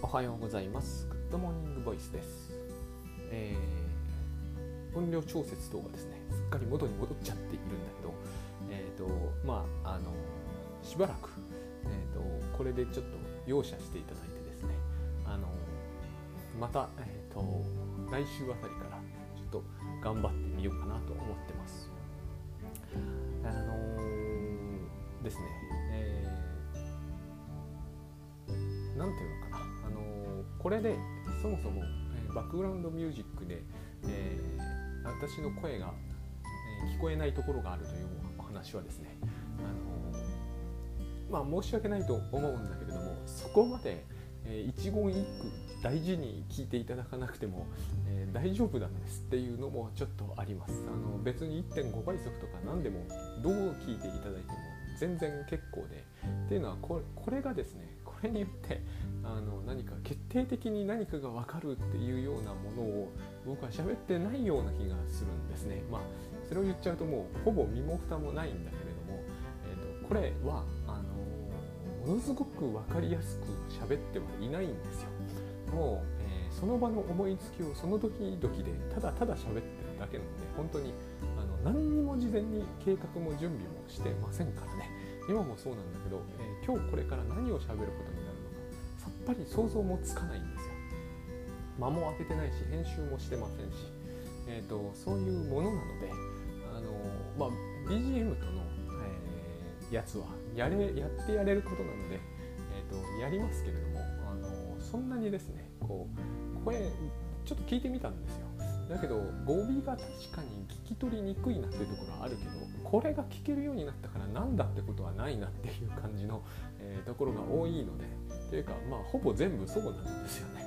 はようございます。グッドモーニングボイスです。音量調節等がですね、すっかり元に戻っちゃっているんだけど、しばらく、これでちょっと容赦していただいてですね、また、来週あたりからちょっと頑張ってみようかなと思ってます。ですね、なんていうのかな、これでそもそも、バックグラウンドミュージックで、私の声が、聞こえないところがあるというお話はですね、申し訳ないと思うんだけれども、そこまで、一言一句大事に聞いていただかなくても、大丈夫なんですっていうのもちょっとあります。別に 1.5 倍速とか何でもどう聞いていただいても全然結構で、っていうのはこれがですね、これによって何か決定的に何かが分かるっていうようなものを僕は喋ってないような気がするんですね。それを言っちゃうともうほぼ身も蓋もないんだけれども、これはものすごく分かりやすく喋ってはいないんですよ。もう、その場の思いつきをその時々でただただ喋ってるだけなので、本当に何にも事前に計画も準備もしてませんからね。今もそうなんだけど、今日これから何を喋ることになるのかさっぱり想像もつかないんですよ。間も開けてないし編集もしてませんし、そういうものなので、BGM との、やつはやってやれることなので、やりますけれども、そんなにですね、声ちょっと聞いてみたんですよ。だけど語尾が確かに聞き取りにくいなっていうところはあるけど、これが聞けるようになったからなんだってことはないなっていう感じの、ところが多いので、というかほぼ全部そうなんですよね。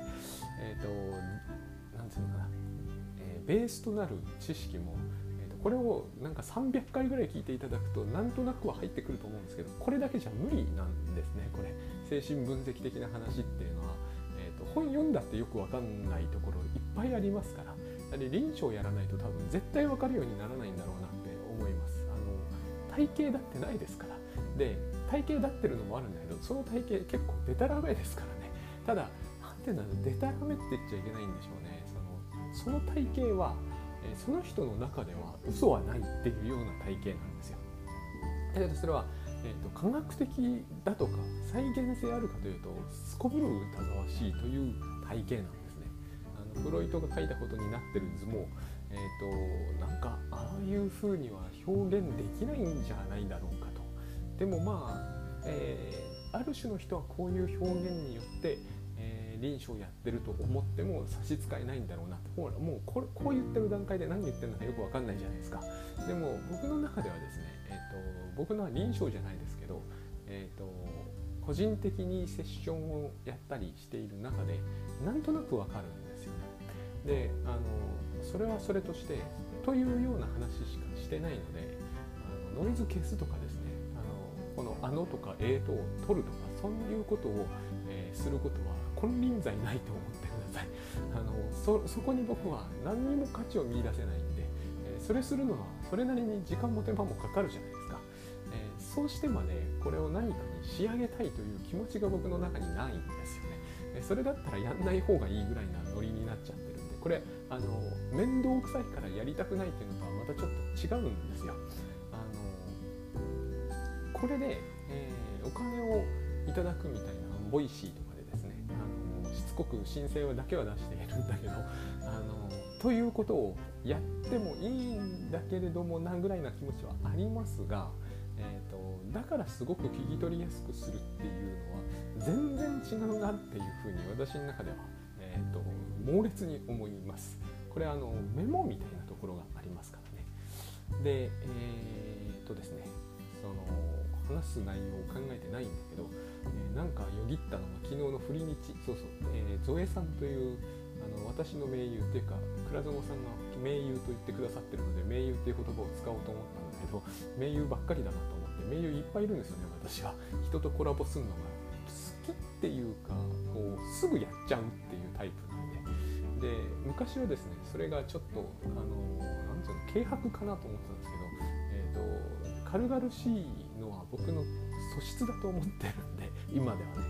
なんていうのかな、ベースとなる知識も、これをなんか300回ぐらい聞いていただくとなんとなくは入ってくると思うんですけど、これだけじゃ無理なんですね。これ精神分析的な話っていうのは、本読んだってよく分かんないところいっぱいありますから、臨床やらないと多分絶対分かるようにならないんだろうなって思います。体型だってないですから。で、体型だってるのもあるんだけど、その体型結構デタラメですからね。ただなんていうの、デタラメって言っちゃいけないんでしょうね。その体型はその人の中では嘘はないっていうような体型なんですよ。だけどそれは、科学的だとか再現性あるかというとすこぶる疑わしいという体型なんですね。フロイトが書いたことになってる図も、なんかああいう風には表現できないんじゃないだろうかと。でもある種の人はこういう表現によって、臨床やってると思っても差し支えないんだろうなって。ほらもうこう言ってる段階で何言ってるのかよく分かんないじゃないですか。でも僕の中ではですね、僕のは臨床じゃないですけど、個人的にセッションをやったりしている中でなんとなく分かるんですよね。で、それはそれとしてというような話しかしてないので、ノイズ消すとかですね、このとかとを取るとかそういうことを、することは金輪際ないと思ってください。そこに僕は何にも価値を見出せないんで、それするのはそれなりに時間も手間もかかるじゃないですか。そうしてまでこれを何かに仕上げたいという気持ちが僕の中にないんですよね。それだったらやんない方がいいぐらいなノリになっちゃってるんで、これ面倒くさいからやりたくないっていうのとはまたちょっと違うんですよ。これで、お金をいただくみたいなボイシーとかでですね、しつこく申請だけは出しているんだけど、ということをやってもいいんだけれどもなぐらいな気持ちはありますが、だからすごく聞き取りやすくするっていうのは全然違うなっていうふうに私の中では、猛烈に思います。これメモみたいなところがありますからね。で、ですね、話す内容を考えてないんだけど、なんかよぎったのが昨日の振り日、ゾエさんという私の盟友というか倉園さんが盟友と言ってくださってるので盟友っていう言葉を使おうと思ったんだけど、盟友ばっかりだなと思って、盟友いっぱいいるんですよね。私は人とコラボするのが好きっていうか、すぐやっちゃうっていうタイプなんで、昔はですねそれがちょっとなんていうの、軽薄かなと思ってたんですけど、軽々しいのは僕の素質だと思ってるんで、今ではね、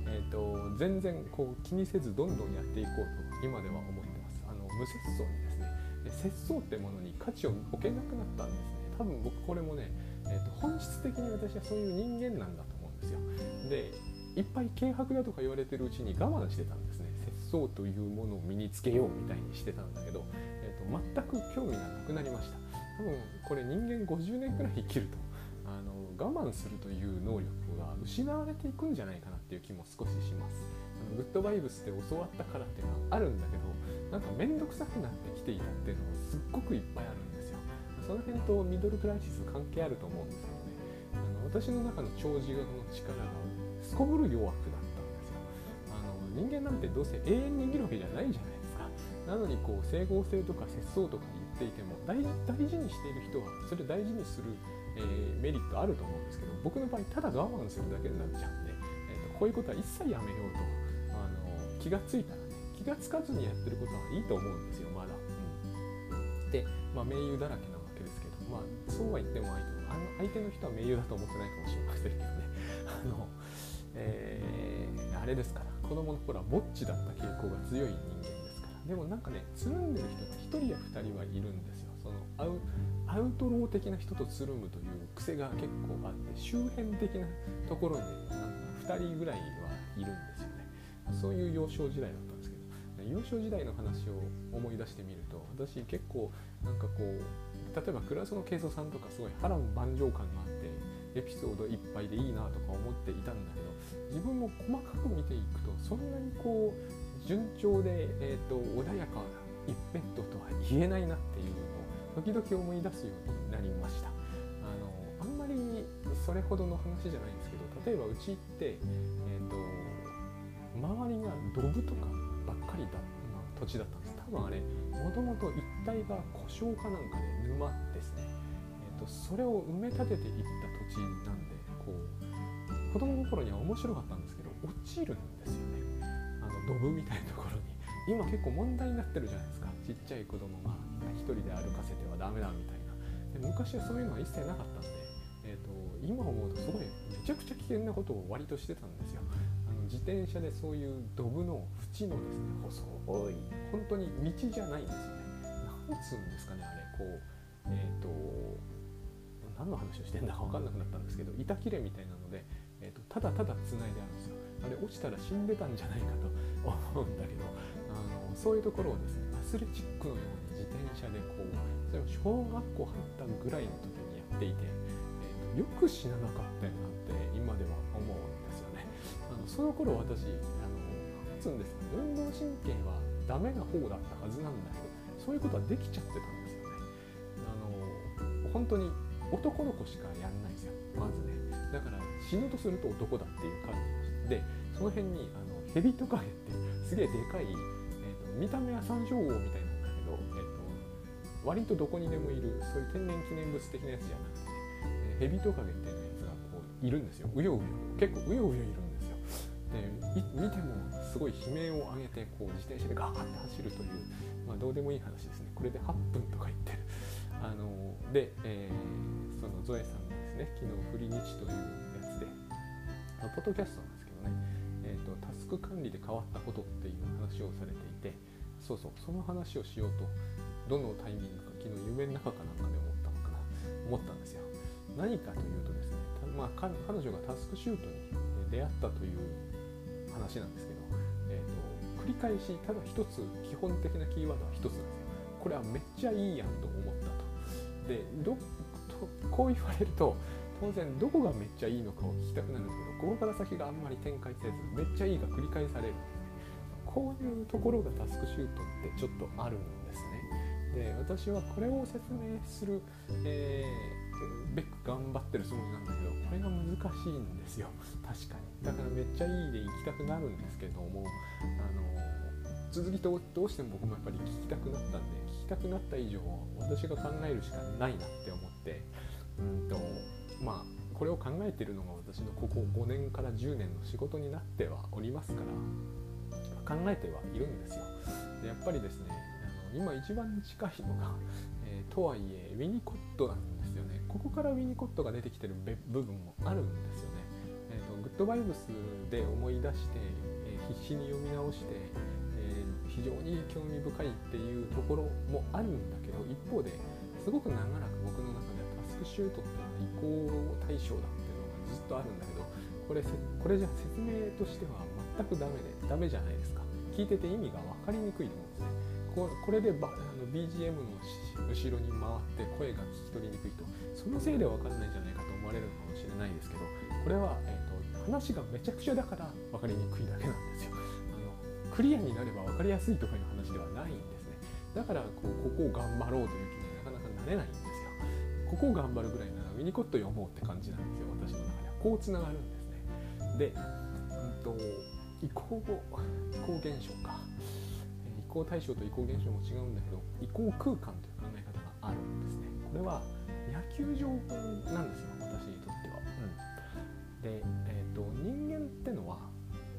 全然こう気にせずどんどんやっていこうと今では思ってます。無節操にですね、節操ってものに価値を置けなくなったんですね。多分僕これもね、本質的に私はそういう人間なんだと思うんですよ。で、いっぱい軽薄だとか言われてるうちに我慢してたんですね。節操というものを身につけようみたいにしてたんだけど、全く興味がなくなりました。多分これ人間50年くらい生きると我慢するという能力が失われていくんじゃないかなっていう気も少しします。グッドバイブスで教わったからっていうのはあるんだけど、なんか面倒くさくなってきていたっていうのはすっごくいっぱいあるんですよ。その辺とミドルクライシス関係あると思うんですよね。私の中の長寿の力がすこぶる弱くなったんですよ。人間なんてどうせ永遠に生きるわけじゃないじゃないですか。なのにこう整合性とか節操とか言っていても大事にしている人はそれ大事にするメリットあると思うんですけど、僕の場合ただ我慢するだけになっちゃうんで、こういうことは一切やめようと気がついたらね、気がつかずにやってることはいいと思うんですよ、まだ。で、盟友だらけなわけですけど、そうは言っても相手の人は盟友だと思ってないかもしれませんけどねあれですから、子供の頃はぼっちだった傾向が強い人間ですから。でもなんかね、つるんでる人が1人や2人はいるんですよ。そのアウトロー的な人とつるむという癖が結構あって、周辺的なところに2人ぐらいはいるんですよね。そういう幼少時代だったんですけど、幼少時代の話を思い出してみると、私結構なんかこう、例えばクラスの慶三さんとかすごい波乱万丈感があってエピソードいっぱいでいいなとか思っていたんだけど、自分も細かく見ていくとそんなにこう順調で、穏やかな一辺倒とは言えないなっていうのを時々思い出すようになりました。あんまりそれほどの話じゃないんですけど、例えばうちって、周りがドブとかばっかりだ土地だったんです。多分あれもともと一帯が湖沼かなんかで沼ですね。それを埋め立てていった土地なんで、こう子供の頃には面白かったんですけど落ちるんですよね。ドブみたいなところに今結構問題になってるじゃないですか。ちっちゃい子供が一人で歩かせてはダメだみたいな。で昔はそういうのは一切なかったんで、今思うとすごいめちゃくちゃ危険なことを割としてたんですよ。自転車でそういうドブの縁のですね、細い本当に道じゃないんですよね。なんつうんですかね、あれこう何の話をしてんだか分かんなくなったんですけど、板切れみたいなので、ただただ繋いであるんですよ。あれ落ちたら死んでたんじゃないかと思うんだけど、そういうところをですね、アスレチックのように自転車でこう、それを小学校入ったぐらいの時にやっていて、よく死ななかったよなって今では思うんですよね。その頃私なんつうんですか、運動神経はダメな方だったはずなんだけど、そういうことはできちゃってたんですよね。本当に男の子しかやんないんですよ、まずね。だから死ぬとすると男だっていう感じで、その辺にヘビトカゲってすげえでかい、見た目は山椒王みたいなんだけど、割とどこにでもいるそういう天然記念物的なやつじゃなくて、ヘビトカゲっていうやつがこういるんですよ。結構うようよいるんですよ。で見てもすごい悲鳴を上げてこう自転車でガーッて走るという、どうでもいい話ですね。これで8分とか言ってる。で、そのゾエさんがですね、昨日フリニチというやつでポッドキャストなんですけどね、タスク管理で変わったことっていう話をされていて、その話をしようとどのタイミングか昨日夢の中かなんかで思ったんですよ。何かというとですね、彼女がタスクシュートに出会ったという話なんですけど、繰り返しただ一つ基本的なキーワードは一つなんですよ。これはめっちゃいいやんと思ったと。でこう言われると当然どこがめっちゃいいのかを聞きたくなるんですけど、ここから先があんまり展開せずめっちゃいいが繰り返されるんですね。こういうところがタスクシュートってちょっとあるんですね。で私はこれを説明する、べく頑張ってるつもりなんだけど、これが難しいんですよ。確かに。だからめっちゃいいで行きたくなるんですけども、続きとどうしても僕もやっぱり聞きたくなったんで、聞きたくなった以上私が考えるしかないなって思って、これを考えているのが私のここ5年から10年の仕事になってはおりますから、考えてはいるんですよ。でやっぱりですね、今一番近いのが、とはいえウィニコットなんですよね。ここからウィニコットが出てきてる部分もあるんですよね。グッッドバイブスで思い出して、必死に読み直して、非常に興味深いっていうところもあるんだけど、一方ですごく長らく僕の中ではタスクシュートっていうのは移行対象だっていうのがずっとあるんだけど、これじゃ説明としては全くダメじゃないですか。聞いてて意味が分かりにくいと思うんですね。これでBGM の後ろに回って声が聞き取りにくいと、そのせいで分かんないんじゃないかと思われるかもしれないですけど、これは、話がめちゃくちゃだから分かりにくいだけなんですよ。クリアになれば分かりやすいとかいう話ではないんですね。だからここを頑張ろうという気になかなかなれないんですよ。ここを頑張るぐらいならウィニコット読もうって感じなんですよ、私の中では。こうつながるんですね。で、移行現象か。移行対象と移行現象も違うんだけど、移行空間という考え方があるんですね。これは野球場なんですよ、私にとっては。で、人間ってのは、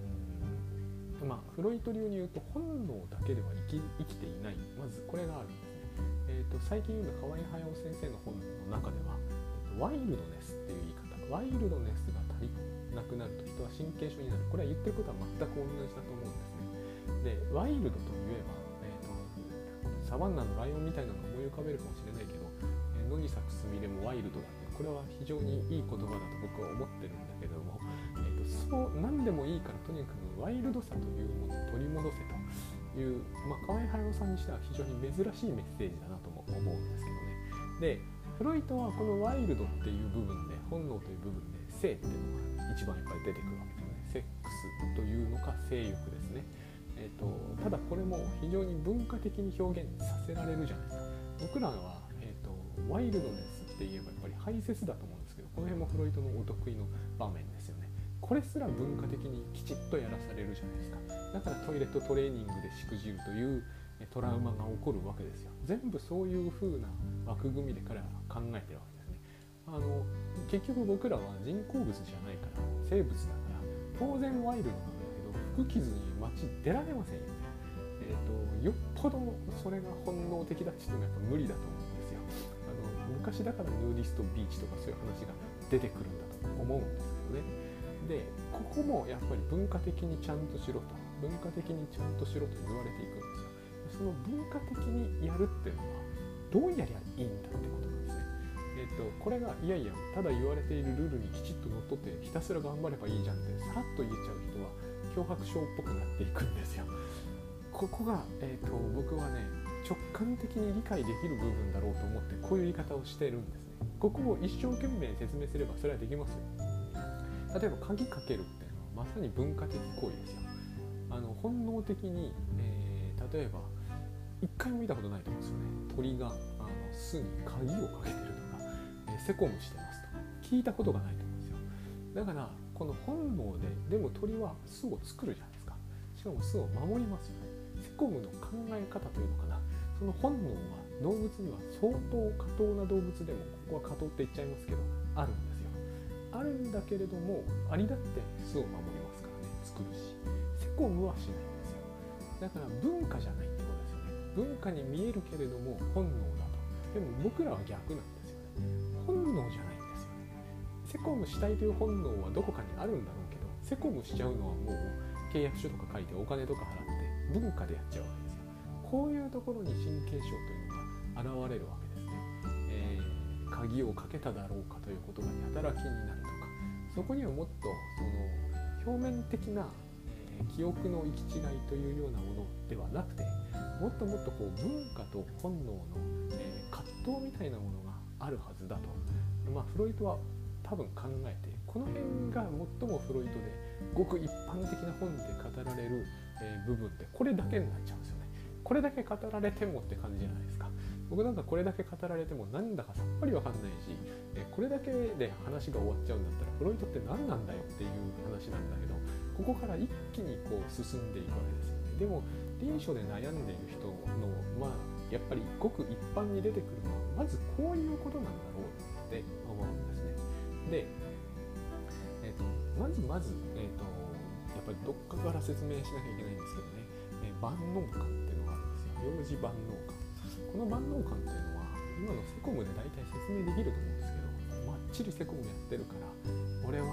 フロイト流に言うと本能だけでは生きていない、まずこれがあるんですね。最近読んだ河合駿先生の本の中では、ワイルドネスっていう言い方、ワイルドネスが足りなくなると人は神経症になる。これは言ってることは全く同じだと思うんですね。で、ワイルドといえば、サバンナのライオンみたいなのを思い浮かべるかもしれないけど、野に咲くスミレもワイルドだって、これは非常にいい言葉だと僕は思ってるんだけども、そう何でもいいからとにかくワイルドさというものを取り戻せという、河合駿さんにしては非常に珍しいメッセージだなとも思うんですけどね。で、フロイトはこのワイルドっていう部分で、本能という部分で性っていうのが一番やっぱり出てくるわけですよね。セックスというのか性欲ですね。ただこれも非常に文化的に表現させられるじゃないですか。僕らは、ワイルドネスって言えばやっぱり排泄だと思うんですけど、この辺もフロイトのお得意の場面ですよね。これすら文化的にきちっとやらされるじゃないですか。だからトイレットトレーニングでしくじるというトラウマが起こるわけですよ。全部そういう風な枠組みで彼らは考えてるわけですね。結局僕らは人工物じゃないから生物だから当然ワイルドなんだけど、服着ずに街出られませんよね。よっぽどそれが本能的だって言ってもやっぱ無理だと思うんですよ。昔だからヌーディストビーチとかそういう話が出てくるんだと思うんですけどね。で、ここもやっぱり文化的にちゃんとしろと言われていくんですよ。その文化的にやるっていうのはどうやりゃいいんだってことなんですね。これがいやいやただ言われているルールにきちっとのっとってひたすら頑張ればいいじゃんってさらっと言えちゃう人は脅迫症っぽくなっていくんですよ。ここが、僕はね直感的に理解できる部分だろうと思ってこういう言い方をしているんですね。ここを一生懸命説明すればそれはできますよ。例えば鍵かけるっていうのはまさに文化的行為ですよ。本能的に、例えば一回も見たことないと思うんですよね。鳥が巣に鍵をかけてるとか、セコムしてますとか聞いたことがないと思うんですよ。だからこの本能でも鳥は巣を作るじゃないですか。しかも巣を守りますよね。セコムの考え方というのかな、その本能は動物には相当過当な動物でも、ここは過当って言っちゃいますけどあるんですよ。あるんだけれどもアリだって巣を守りますからね、作るし。セコムはしないんですよ。だから文化じゃないってことですよね。文化に見えるけれども本能だと。でも僕らは逆なんですよね。本能じゃないんですよね。セコムしたいという本能はどこかにあるんだろうけど、セコムしちゃうのはもう契約書とか書いてお金とか払って文化でやっちゃうわけですよ。こういうところに神経症というのが現れるわけですね。鍵をかけただろうかということがやたら気になるとか、そこにはもっとその表面的な、記憶の行き違いというようなものではなくて、もっともっとこう文化と本能の、葛藤みたいなものがあるはずだと、フロイトは多分考えて、この辺が最もフロイトでごく一般的な本で語られる、部分でこれだけになっちゃうんですよね。これだけ語られてもって感じじゃないですか。僕なんかこれだけ語られてもなんだかさっぱりわかんないし、これだけで話が終わっちゃうんだったらフロイトって何なんだよっていう話なんだけど、ここから一気にこう進んでいくわけですよね。でも臨床で悩んでいる人のやっぱりごく一般に出てくるのはまずこういうことなんだろうって思うんですね。で、まずやっぱりどっかから説明しなきゃいけないんですけどね、万能感っていうのがあるんですよ。幼児万能感。この万能感っていうのは今のセコムで大体説明できると思うんですけど、まっちりセコムやってるから俺はもう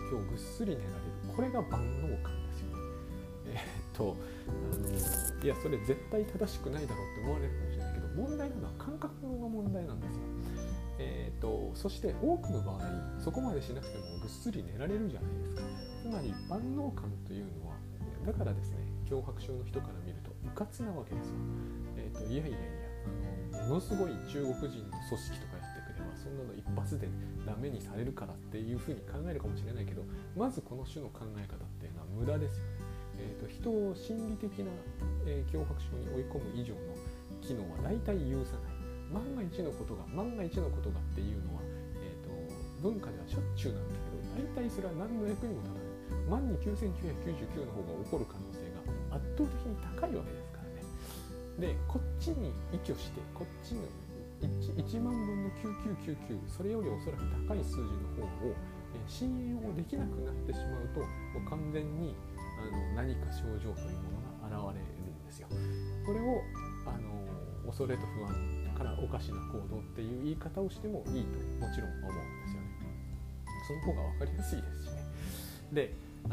今日ぐっすり寝られる、これが万能感ですよね。いやそれ絶対正しくないだろうって思われるかもしれないけど、問題なのは感覚が問題なんですよ。そして多くの場合そこまでしなくてもぐっすり寝られるじゃないですか。つまり万能感というのはだからですね、強迫症の人から見るとうかつなわけですよ。いやいやいや、ものすごい中国人の組織とかやってくればそんなの一発でダメにされるからっていうふうに考えるかもしれないけど、まずこの種の考え方っていうのは無駄ですよね。人を心理的な、強迫症に追い込む以上の機能は大体許さない。万が一のことがっていうのは、文化ではしょっちゅうなんだけど、大体それは何の役にも立たない。万に9999の方が起こる可能性が圧倒的に高いわけですからね。でこっちに依拠して、こっちの 1万分の9999、それよりおそらく高い数字の方を信用できなくなってしまうと、もう完全に何か症状というものが現れるんですよ。これを恐れと不安からおかしな行動っていう言い方をしてもいいともちろん思うんですよね。その方が分かりやすいですしね。で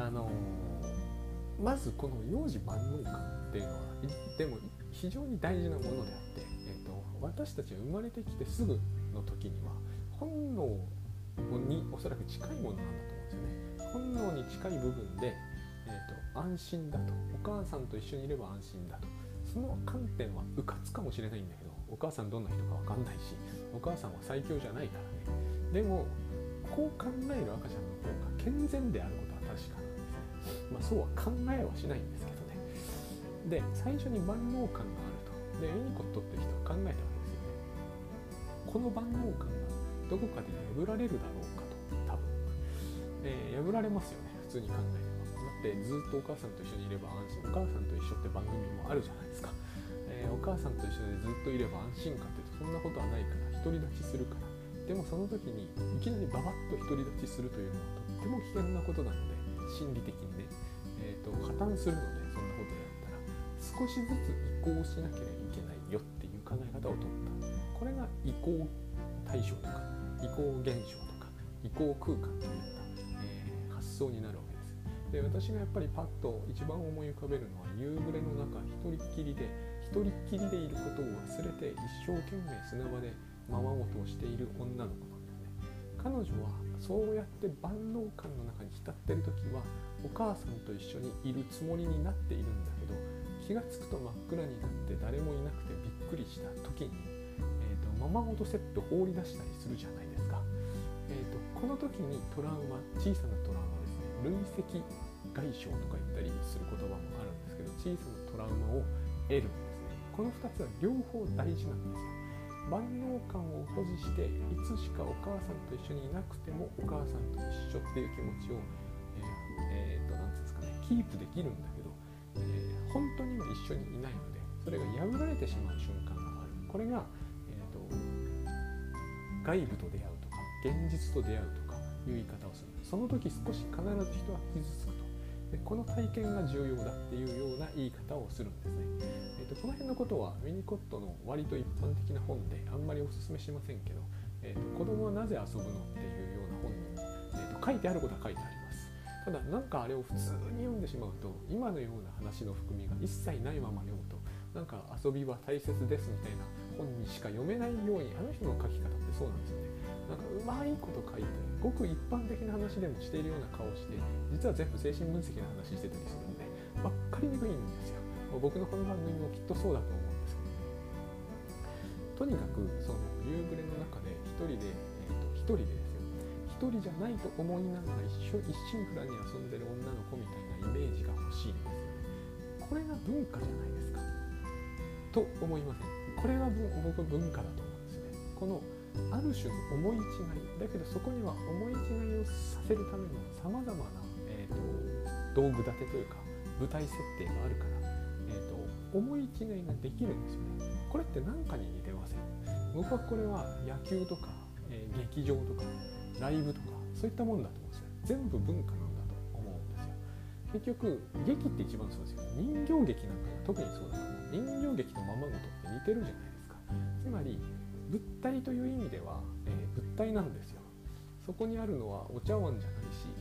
まずこの幼児万能感っていうのはでも非常に大事なものであって、私たちが生まれてきてすぐの時には本能におそらく近いものなんだと思うんですよね。本能に近い部分で、安心だと、お母さんと一緒にいれば安心だと、その観点はうかつかもしれないんだけど、お母さんどんな人か分かんないし、お母さんは最強じゃないからね。でもこう考える赤ちゃんの方が健全であることは確かなんですね。そうは考えはしないんですけどね。で最初に万能感があると。でウィニコットって人は考えたわけですよね。この万能感がどこかで破られるだろうかと。多分、破られますよね、普通に考えれば。だってずっとお母さんと一緒にいれば安心、お母さんと一緒って番組もあるじゃないですか。お母さんと一緒でずっといれば安心かっていうと、そんなことはないから、独り立ちするから。でもその時にいきなりババッと独り立ちするというのはとっても危険なことなので、心理的にね、破綻するので、そんなことやったら少しずつ移行しなければいけないよっていう考え方を取った。これが移行対象とか移行現象とか移行空間といった、発想になるわけです。で私がやっぱりパッと一番思い浮かべるのは、夕暮れの中一人っきりでいることを忘れて一生懸命砂場でままごとをしている女の子なんですね。彼女はそうやって万能感の中に浸っているときはお母さんと一緒にいるつもりになっているんだけど、気がつくと真っ暗になって誰もいなくてびっくりした時に、ままごとセット放り出したりするじゃないですか。この時にトラウマ、小さなトラウマですね、累積外傷とか言ったりする言葉もあるんですけど、小さなトラウマを得るんですね。この2つは両方大事なんですよ。万能感を保持していつしかお母さんと一緒にいなくてもお母さんと一緒っていう気持ちを、なんていうんですかね、キープできるんだけど、本当には一緒にいないので、それが破られてしまう瞬間がある。これが、外部と出会うとか現実と出会うとかいう言い方をする。その時少し必ず人は傷つくと。でこの体験が重要だっていうような言い方をするんですね。この辺のことはウィニコットの割と一般的な本であんまりおすすめしませんけど、子供はなぜ遊ぶのっていうような本にも、書いてあることは書いてあります。ただなんかあれを普通に読んでしまうと、今のような話の含みが一切ないまま読むと、なんか遊びは大切ですみたいな本にしか読めないように、あの人の書き方ってそうなんですよね。なんかうまいこと書いて、ごく一般的な話でもしているような顔をして、実は全部精神分析の話してたりするんで、分かりにくいんですよ。僕のこの番組もきっとそうだと思うんですけどね。とにかくその夕暮れの中で一人ですよ。一人じゃないと思いながら一心不乱に遊んでる女の子みたいなイメージが欲しいんですよね。これが文化じゃないですかと思いません？これが僕は文化だと思うんですよね。このある種の思い違いだけど、そこには思い違いをさせるためのさまざまな、道具立てというか舞台設定があるから、思い違いができるんですよね。これって何かに似てません？僕はこれは野球とか、劇場とかライブとかそういったもんだと思うんですよ。全部文化なんだと思うんですよ。結局劇って一番そうですよ。人形劇なんかが特にそうだと思う。人形劇とままごとって似てるじゃないですか。つまり物体という意味では、物体なんですよ。そこにあるのはお茶碗じゃないし、使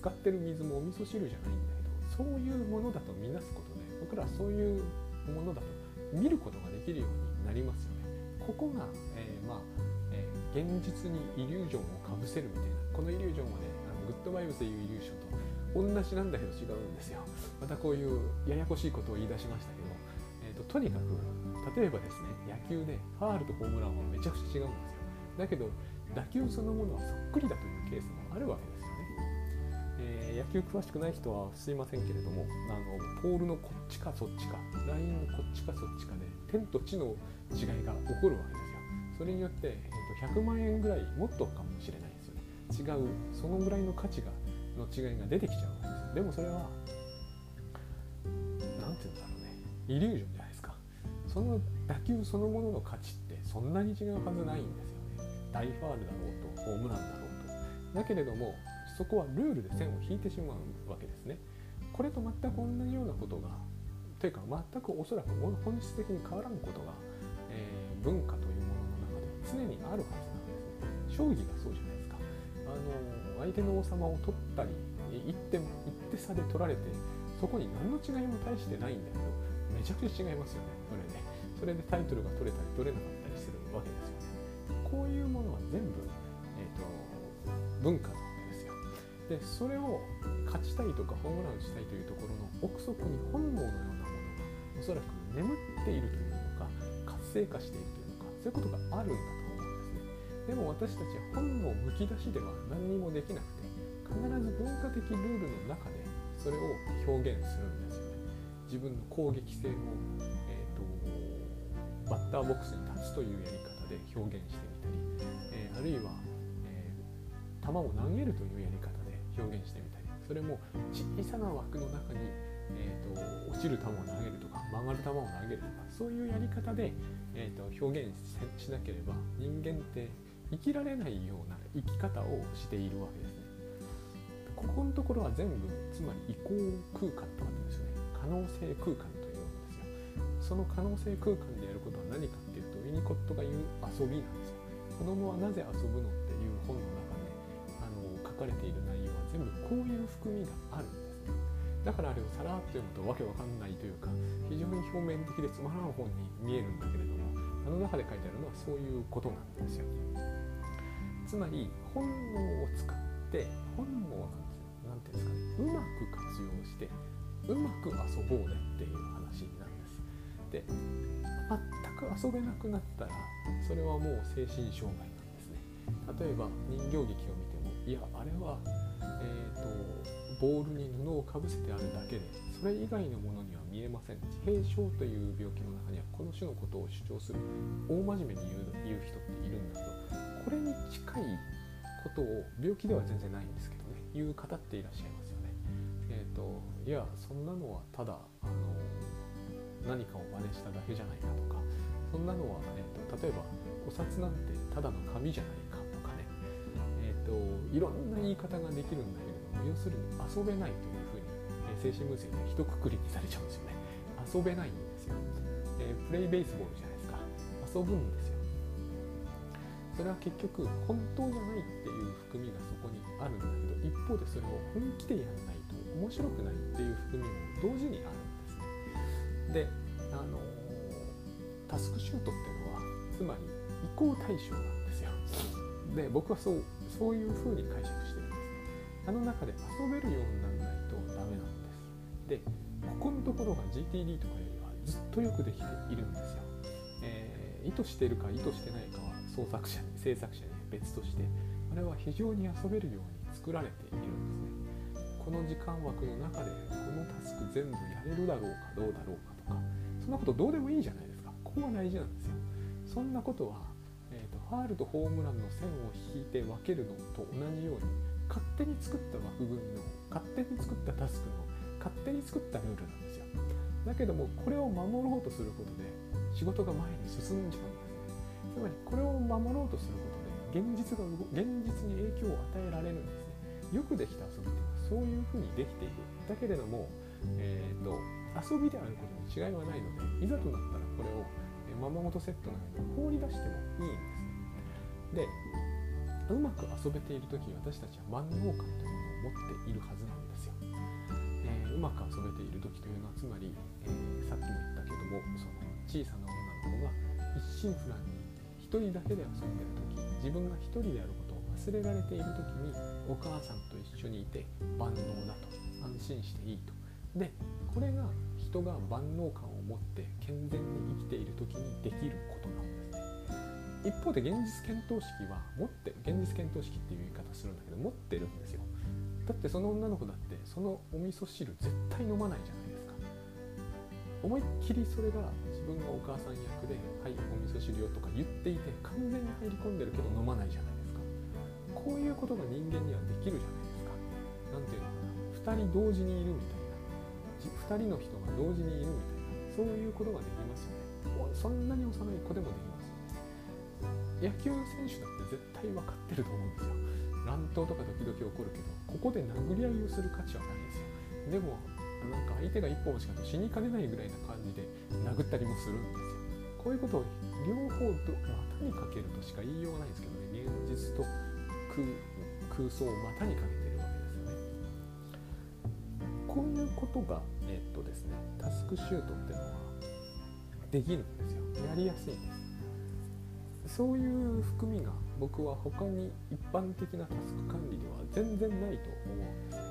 ってる水もお味噌汁じゃないんだけど、そういうものだと見なすことで、僕らはそういうものだと見ることができるようになりますよね。ここが、現実にイリュージョンをかぶせるみたいな、このイリュージョンはね、グッドバイブスでいうイリュージョンと同じなんだけど違うんですよ。またこういうややこしいことを言い出しましたけど、とにかく例えばですね、野球でファールとホームランはめちゃくちゃ違うんですよ。だけど打球そのものはそっくりだというケースもあるわけですよね。野球詳しくない人はすいませんけれども、ポールのこっちかそっちか、ラインのこっちかそっちかで天と地の違いが起こるわけですよ。それによって、100万円ぐらいもっとかもしれないですよね。違う、そのぐらいの価値の違いが出てきちゃうわけですよ。でもそれはなんていうんだろうね、イリュージョンじゃないですか。その打球そのものの価値ってそんなに違うはずないんですよね。大ファールだろうとホームランだろうと。だけれどもそこはルールで線を引いてしまうわけですね。これと全く同じようなことが、というか全くおそらく本質的に変わらんことが、文化というものの中で常にあるはずなんですね。将棋がそうじゃないですか。相手の王様を取ったり一手差で取られて、そこに何の違いも大してないんだけどめちゃくちゃ違いますよね。それでタイトルが取れたり取れなかったりするわけですよね。こういうものは全部、文化なわけですよ。でそれを勝ちたいとかホームランしたいというところの奥底に本能のようなものがおそらく眠っているというのか活性化しているというのか、そういうことがあるんだと思うんですね。でも私たちは本能むき出しでは何にもできなくて、必ず文化的ルールの中でそれを表現するんですよね。自分の攻撃性を、バッターボックスに立つというやり方で表現してみたり、あるいは、球を投げるというやり方で表現してみたり、それも小さな枠の中に、落ちる球を投げるとか曲がる球を投げるとか、そういうやり方で、表現 しなければ人間って生きられないような生き方をしているわけですね。ここのところは全部つまり移行空間とかですよね。可能性空間というのですよ。その可能性空間でやることは何かっていうと、ウィニコットが言う遊びなんですよ。子供はなぜ遊ぶのっていう本の中で書かれている内容は全部こういう含みがあるんですね。だからあれをさらっと読むとわけわかんないというか、非常に表面的でつまらん本に見えるんだけれども、中で書いてあるのはそういうことなんですよ。つまり本能を使って本能なんていうんですかね、うまく活用してうまく遊ぼうねっていう話なんです。で、全く遊べなくなったらそれはもう精神障害なんですね。例えば人形劇を見ても、いやあれは、ボールに布をかぶせてあるだけでそれ以外のものには見えません。自閉症という病気の中にはこの種のことを主張する大真面目に言う人っているんだけど、これに近いことを病気では全然ないんですけどね、言う方っていらっしゃいますよね。いやそんなのはただ何かを真似しただけじゃないかとか、そんなのは、例えばお札なんてただの紙じゃないかとかね、いろんな言い方ができるんだけれども、要するに遊べないというふうに、精神分析で一括りにされちゃうんですよね。遊べないんですよ。プレイベースボールじゃないですか。遊ぶんですよ。それは結局本当じゃないっていう含みがそこにあるんだけど、一方でそれを本気でやらないと面白くないっていう含みも同時にあるんですね。で、タスクシュートっていうのはつまり移行対象なんですよ。で、僕はそういう風に解釈してるんですね。中で遊べるようにならないとダメなんです。で、ここのところが GTD とかよりはずっとよくできているんですよ。意図しているか意図してないかは制作者に別として、あれは非常に遊べるように作られているんですね。この時間枠の中でこのタスク全部やれるだろうかどうだろうかとか、そんなことどうでもいいじゃないですか。ここが大事なんですよ。そんなことは、ファールとホームランの線を引いて分けるのと同じように、勝手に作った枠組みの、勝手に作ったタスクの、勝手に作ったルールなんですよ。だけどもこれを守ろうとすることで仕事が前に進んじゃうんですね。つまりこれを守ろうとすることで現実に影響を与えられるんですね。よくできた遊びっていうのはそういうふうにできている。だけれども、遊びであることに違いはないので、いざとなったらこれをままごとセットのように放り出してもいいんですね。で、うまく遊べているとき、私たちは万能感という持っているはずなんですよ。うまく遊べている時というのはつまり、さっきも言ったけどもその小さな女の子が一心不乱に一人だけで遊んでいる時、自分が一人であることを忘れられている時にお母さんと一緒にいて万能だと、安心していいと。でこれが人が万能感を持って健全に生きている時にできることなんですね。一方で現実見当識は持ってる、現実見当識っていう言い方するんだけど持ってるんですよ。だってその女の子だってそのお味噌汁絶対飲まないじゃないですか。思いっきりそれが自分がお母さん役ではいお味噌汁よとか言っていて完全に入り込んでるけど飲まないじゃないですか。こういうことが人間にはできるじゃないですか。なんていうのかな、2人同時にいるみたいな、2人の人が同時にいるみたいな、そういうことができますよね。そんなに幼い子でもできますよね。野球選手だって絶対分かってると思うんですよ。乱闘とか時々起こるけどここで殴り合いをする価値はないですよ。でもなんか相手が一本しか死にかねないぐらいな感じで殴ったりもするんですよ。こういうことを両方と股にかけるとしか言いようがないんですけどね、現実と空想を股にかけてるわけですよね。こういうことがですね、タスクシュートっていうのはできるんですよ。やりやすいんです。そういう含みが僕は他に一般的なタスク管理では全然ないと思うんです。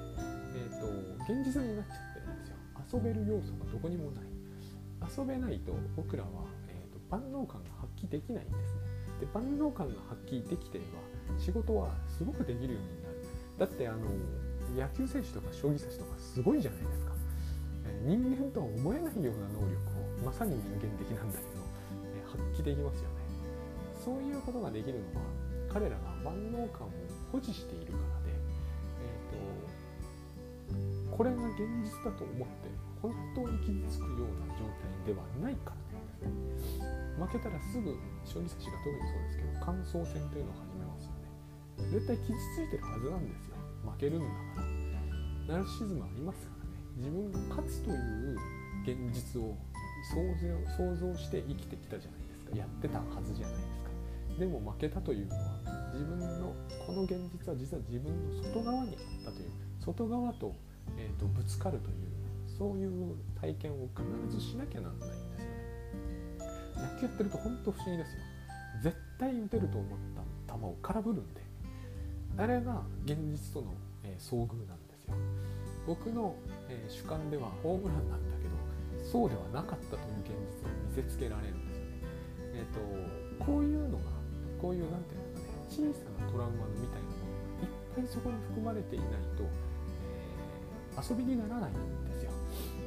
現実になっちゃってるんですよ。遊べる要素がどこにもない。遊べないと僕らは、万能感が発揮できないんですね。で、万能感が発揮できていれば仕事はすごくできるようになる。だって野球選手とか将棋指しとかすごいじゃないですか。人間とは思えないような能力をまさに人間的なんだけど、発揮できますよね。そういうことができるのは彼らが万能感を保持しているからで、これが現実だと思って本当に傷つくような状態ではないからなんですね。負けたらすぐ将棋指しが特にそうですけど感想戦というのを始めますよね。絶対傷ついてるはずなんですよ。負けるんだから。ナルシズムありますからね。自分が勝つという現実を想像して生きてきたじゃないですか。やってたはずじゃないですか。でも負けたというのは自分のこの現実は実は自分の外側にあったという、外側と、ぶつかるという、そういう体験を必ずしなきゃならないんですよね。野球やってると本当不思議ですよ。絶対打てると思った球を空振るんで、あれが現実との、遭遇なんですよ。僕の、主観ではホームランなんだけどそうではなかったという現実を見せつけられるんですよね。こういうのがこういうなんていうのかね、小さなトラウマみたいなものがいっぱいそこに含まれていないと、遊びにならないんですよ。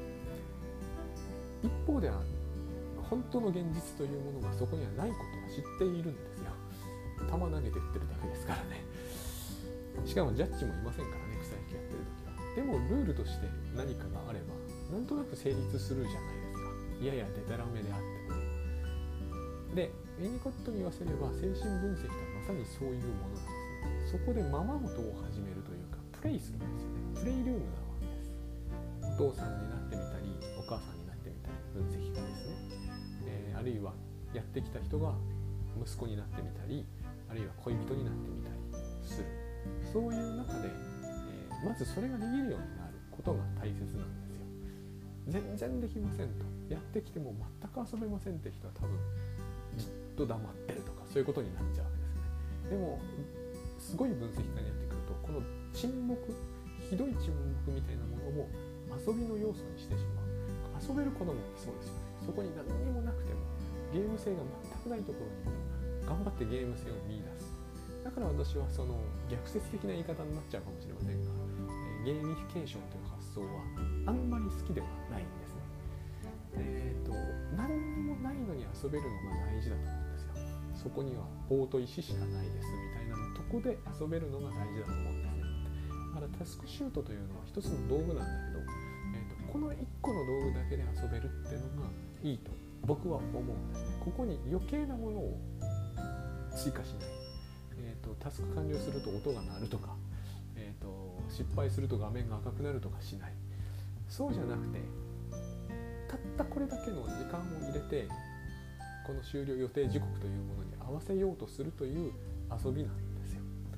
一方では本当の現実というものがそこにはないことは知っているんですよ。球投げて打ってるだけですからね。しかもジャッジもいませんからね、草野球やってる時は。でもルールとして何かがあればなんとなく成立するじゃないですか。ややデタラメであってもね。で、ウィニコットに言わせれば精神分析とはまさにそういうものなんですね。そこでままごとを始めるというかプレイするんですよね。プレイルームなわけです。お父さんになってみたりお母さんになってみたり、分析家ですね。あるいはやってきた人が息子になってみたり、あるいは恋人になってみたりする。そういう中で、まずそれができるようになることが大切なんですよ。全然できませんと、やってきても全く遊べませんって人は多分じっと黙ってるとかそういうことになっちゃうわけですね。でもすごい分析家になってくるとこの沈黙、ひどい沈黙みたいなものも遊びの要素にしてしまう。遊べる子供ってそうですよね。そこに何にもなくてもゲーム性が全くないところにも頑張ってゲーム性を見出す。だから私はその逆説的な言い方になっちゃうかもしれませんが、ゲーミフィケーションという発想はあんまり好きではないんですね。何にもないのに遊べるのが大事だと思うんですよ。そこには棒と石しかないですみたいなとこで遊べるのが大事だと思うんですね。だからタスクシュートというのは一つの道具なんだけど、この1個の道具だけで遊べるっていうのがいいと僕は思うんですね。ここに余計なものを追加しない。タスク完了すると音が鳴るとか、失敗すると画面が赤くなるとかしない。そうじゃなくてたったこれだけの時間を入れてこの終了予定時刻というものに合わせようとするという遊びなんですよ。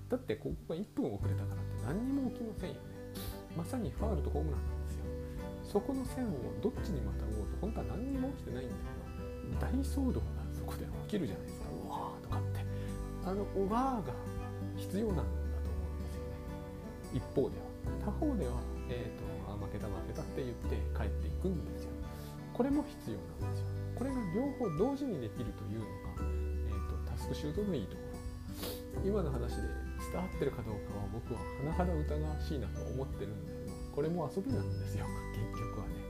だってここが1分遅れたからって何にも起きませんよね。まさにファウルとホームランなんですよ。そこの線をどっちにまたごうと本当は何にも起きてないんだけど、大騒動がそこで起きるじゃないですか。うわーとかって、うわーが必要なんだと思うんですよね。一方では他方では、負けたって言って帰っていくんですよ。これも必要なんですよ。これが両方同時にできるというのが、タスクシュートのいいところ。今の話で伝わってるかどうかは僕は甚だ疑わしいなと思ってるんだけど、これも遊びなんですよ結局はね。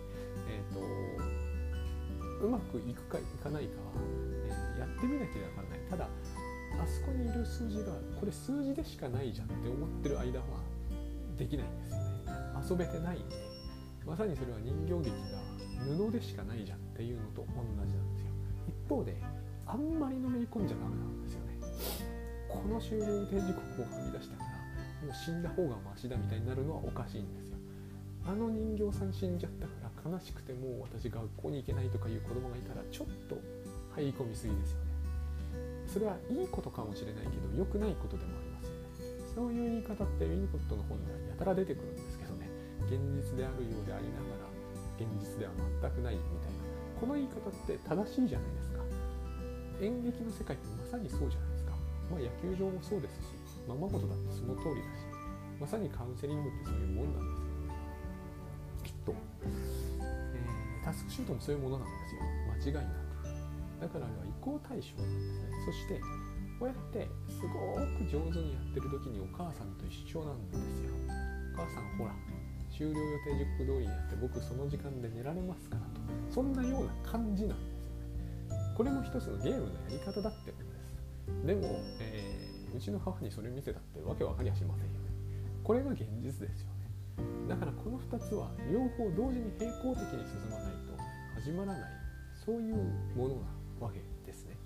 うまくいくかいかないかは、やってみなきゃ分かんない。ただあそこにいる数字がこれ数字でしかないじゃんって思ってる間はできないんですよね。遊べてないんで、まさにそれは人形劇が布でしかないじゃんっていうのと同じなんですよ。一方であんまりのめり込んじゃダメなんですよね。この終了予定時刻をはみ出したからもう死んだ方がマシだみたいになるのはおかしいんですよ。あの人形さん死んじゃったから悲しくてもう私学校に行けないとかいう子供がいたらちょっと入り込みすぎですよね。それはいいことかもしれないけど良くないことでもありますよね。そういう言い方ってウィニコットの本ではやたら出てくるんですけどね。現実であるようでありながら現実では全くないみたいな、この言い方って正しいじゃないですか。演劇の世界ってまさにそうじゃないですか。野球場もそうですし、ままごとだってその通りだし、まさにカウンセリングってそういうもんなんですよね、きっと。タスクシュートもそういうものなんですよ、間違いなく。だからあれは移行対象なんですね。そしてこうやってすごく上手にやってる時にお母さんと一緒なんですよ。お母さんほら終了予定時刻通りにやって僕その時間で寝られますからと、そんなような感じなんですよね。これも一つのゲームのやり方だってことです。でも、うちの母にそれ見せたってわけわかりゃしませんよね。これが現実ですよね。だからこの2つは両方同時に並行的に進まないと始まらない、そういうものなわけですね。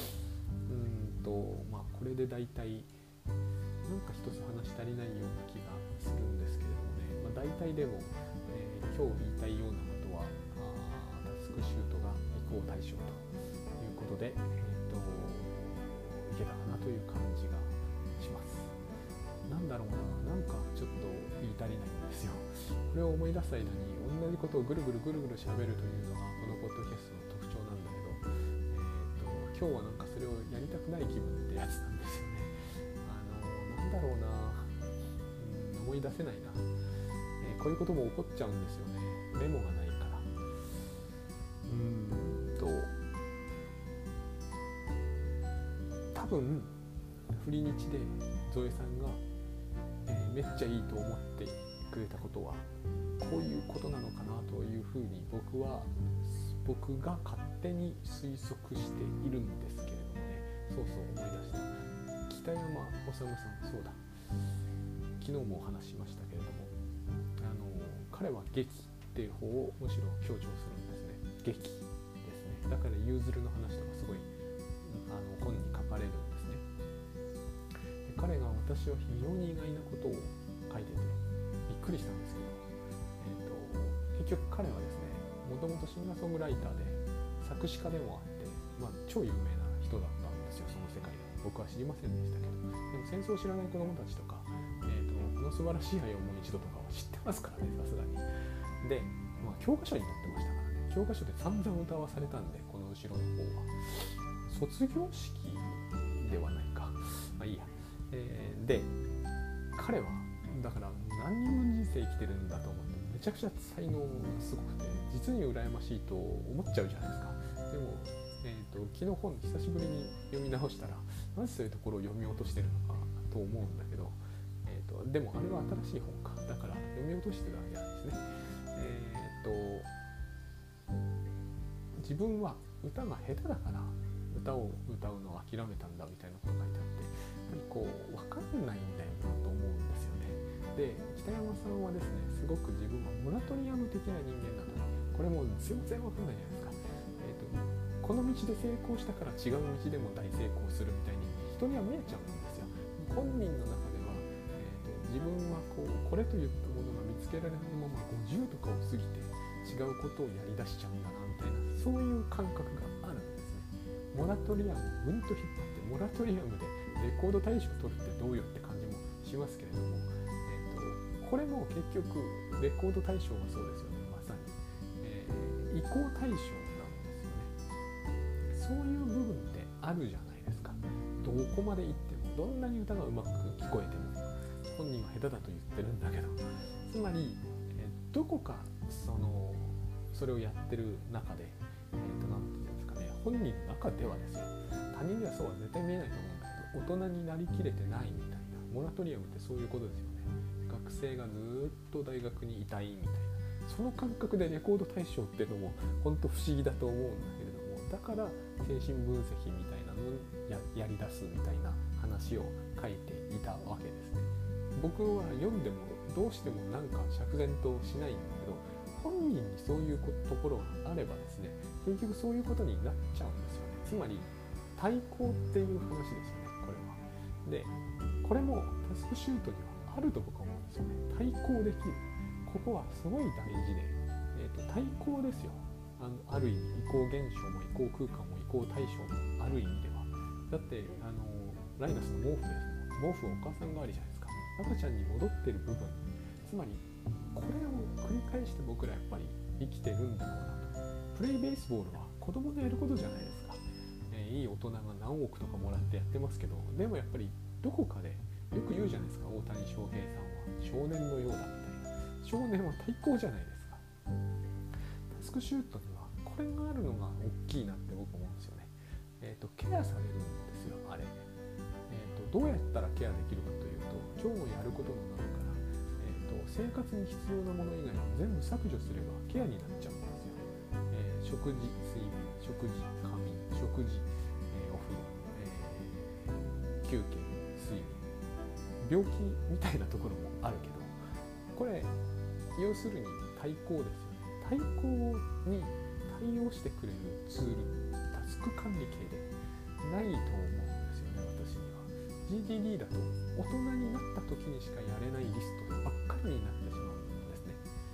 これで大体なんか一つ話し足りないような気がするんですけれどもね、大体でも、今日言いたいようなことはタスクシュートが移行対象ということで、いけたかなという感じがします。なんだろうな、なんかちょっと言い足りないんですよ。これを思い出す間に同じことをぐるぐる喋るというのがこのポッドキャストの特徴なんだけど、今日はなんかそれをやりたくない気分ってやつなんですよね。なんだろうな、思い出せないな、こういうことも起こっちゃうんですよね。メモがないから。多分振り日でゾエさんが、めっちゃいいと思ってくれたことはこういうことなのかなというふうに僕が勝手に推測しているんですけれどもね。そう思い出した。北山治さん、そうだ、昨日もお話ししましたけれども、彼は劇っていう方をむしろ強調するんですね。劇ですね。だからユーズルの話とかすごい本に書かれるんですね。で彼が私は非常に意外なことを書いててびっくりしたんですけど、結局彼はですね、もともとシンガーソングライターで作詞家でもあって、超有名な人だったんですよ、その世界で。僕は知りませんでしたけど、でも戦争を知らない子どもたちとか、この素晴らしい愛をもう一度とかは知ってますからね、さすがに。で、教科書に載ってましたからね。教科書で散々歌わされたんで、この後ろの方は卒業式ではないか、いいや。で、彼はだから何人分人生生きてるんだと思って、めちゃくちゃ才能がすごくて実に羨ましいと思っちゃうじゃないですか。でも、昨日本久しぶりに読み直したら、なぜそういうところを読み落としてるのかと思うんだけど、でもあれは新しい本か、だから読み落としてたわけなんですね。自分は歌が下手だから歌を歌うのを諦めたんだみたいなことが書いてあって、やっぱり分かんないんだよなと思うんですよね。で、北山さんはですね、すごく自分はモラトリアム的な人間だと。これも全然分かんないじゃないですか。この道で成功したから違う道でも大成功するみたいに人には見えちゃうんですよ。本人の中では、自分はこれといったものが見つけられないまま50とかを過ぎて違うことをやりだしちゃうんだなみたいな、そういう感覚があるんですね。モラトリアムをぐんと引っ張って、モラトリアムでレコード大賞を取るってどうよって感じもしますけれども、これも結局レコード大賞がそうですよね。まさに、移行対象なんですよね。そういう部分ってあるじゃないですか。どこまで行っても、どんなに歌がうまく聞こえても、本人は下手だと言ってるんだけど、つまり、どこかそれをやってる中で、なんていうんですかね、本人の中ではですよ、他人ではそうは絶対見えないと思うんだけど、大人になりきれてないみたいな、モラトリアムってそういうことですよね。学生がずっと大学にいたいみたいな、その感覚でレコード大賞っていうのも本当不思議だと思うんだけれども、だから精神分析みたいなのを やり出すみたいな話を書いていたわけですね。僕は読んでもどうしてもなんか釈然としないんだけど、本人にそういうところがあればですね、結局そういうことになっちゃうんですよね。つまり対抗っていう話ですよね、これは。で、これもタスクシュートにはあると僕は思うんですよね。対抗できる。ここはすごい大事で、対抗ですよ。ある意味、移行現象も移行空間も移行対象もある意味では。だってライナスの毛布ですもん。毛布はお母さん代わりじゃないですか。赤ちゃんに戻ってる部分、つまりこれを繰り返して僕らやっぱり生きてるんだろうなと。プレイベースボールは子供のやることじゃないですか。いい大人が何億とかもらってやってますけど、でもやっぱりどこかでよく言うじゃないですか、大谷翔平さんは少年のようだみたいな。少年は対抗じゃないですか。タスクシュートにはこれがあるのが大きいなって僕思うんですよね。ケアされるんですよ、あれ。どうやったらケアできるかというと、今日のやることの中から、生活に必要なもの以外を全部削除すればケアになっちゃうんですよ。食事、睡眠、食事、仮眠、食事、お風呂、休憩、睡眠、病気みたいなところもあるけど、これ要するに対抗ですよね。対抗に対応してくれるツール、タスク管理系でないと思うんですよね、私には。GTD だと大人になった時にしかやれないリストばっかりになってしまうんですね。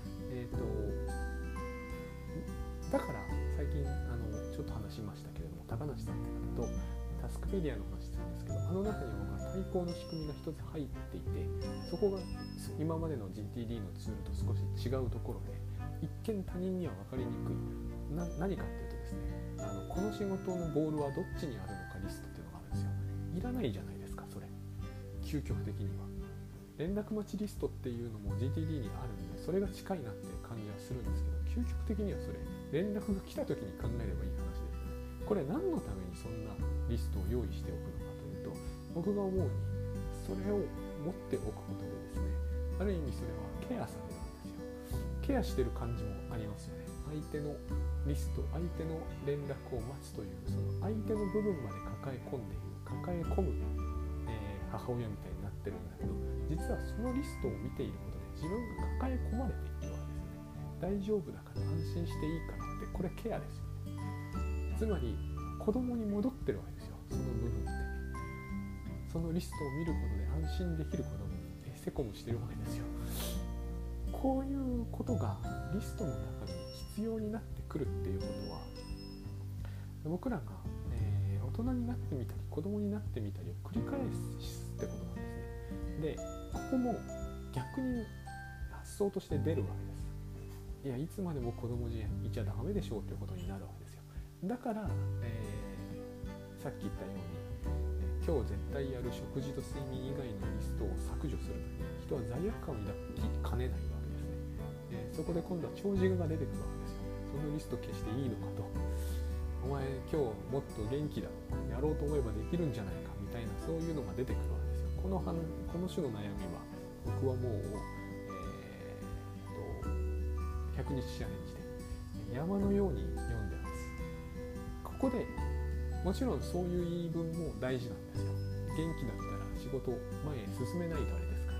だから最近ちょっと話しましたけれども、高梨さんって方とタスクペディアの話したんですけど、あの中には僕は対抗の仕組みが一つ入っていて、そこが今までの GTD のツールと少し違うところで、一見他人には分かりにくい。何かっていうとですね、この仕事のボールはどっちにあるのかリストっていうのがあるんですよ。いらないじゃないですか、それ。究極的には。連絡待ちリストっていうのも GTD にあるんで、それが近いなって感じはするんですけど、究極的にはそれ、連絡が来た時に考えればいい話ですよね。これ何のためにそんなリストを用意しておくのかというと、僕が思うに、それを持っておくことでですね、ある意味それはケアされるんですよ。ケアしてる感じもありますよね。相手のリスト、相手の連絡を待つという、その相手の部分まで抱え込む、母親みたいになってるんだけど、実はそのリストを見ていることで自分が抱え込まれているわけですよね。大丈夫だから安心していいからって、これケアですよね。つまり子供に戻ってるわけですよ、その部分って。そのリストを見ることで安心できる子供にセコムしてるわけですよ。こういうことがリストの中に必要になってくるっていうことは、僕らが、大人になってみたり子供になってみたりを繰り返すってことなんですね。で、ここも逆に発想として出るわけです。いや、いつまでも子供じゃいちゃダメでしょうということになるわけですよ。だから、さっき言ったように、今日絶対やる食事と睡眠以外のリストを削除するときに人は罪悪感を抱きかねないわけですね。そこで今度は長寿が出てくるわけですよ。そのリスト消していいのかと。お前今日もっと元気だろ、やろうと思えばできるんじゃないかみたいな、そういうのが出てくるわけですよ。この種の悩みは僕はもう、100日チャレンジで山のように読んでます。ここでもちろんそういう言い分も大事なんですよ。元気だったら仕事前へ進めないとあれですから、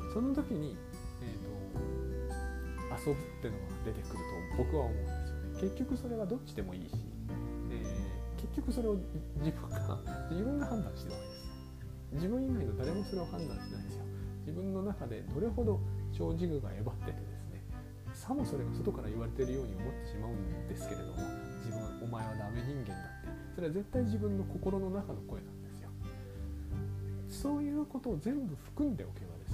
その時に、遊ぶってのが出てくると僕は思うんですよね。結局それはどっちでもいいし、結局それを自分が判断してるわけです。自分以外の誰もそれを判断しないですよ。自分の中でどれほど長寿具がえばっててですね、さもそれが外から言われているように思ってしまうんですけれども、お前はダメ人間だって、それは絶対自分の心の中の声なんですよ。そういうことを全部含んでおけばで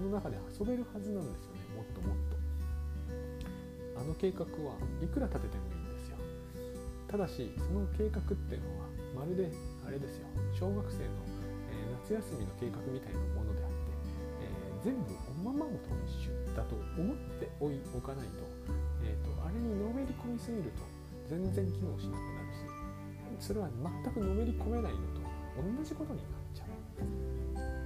の中で遊べるはずなんですよね。もっともっとあの計画はいくら立ててもいいんですよ。ただしその計画っていうのはまるであれですよ、小学生の、夏休みの計画みたいなものであって、全部おままごとの一種だと思っておかないと、あれにのめり込みすぎると全然機能しなくなるし、それは全くのめり込めないのと同じことになっちゃう。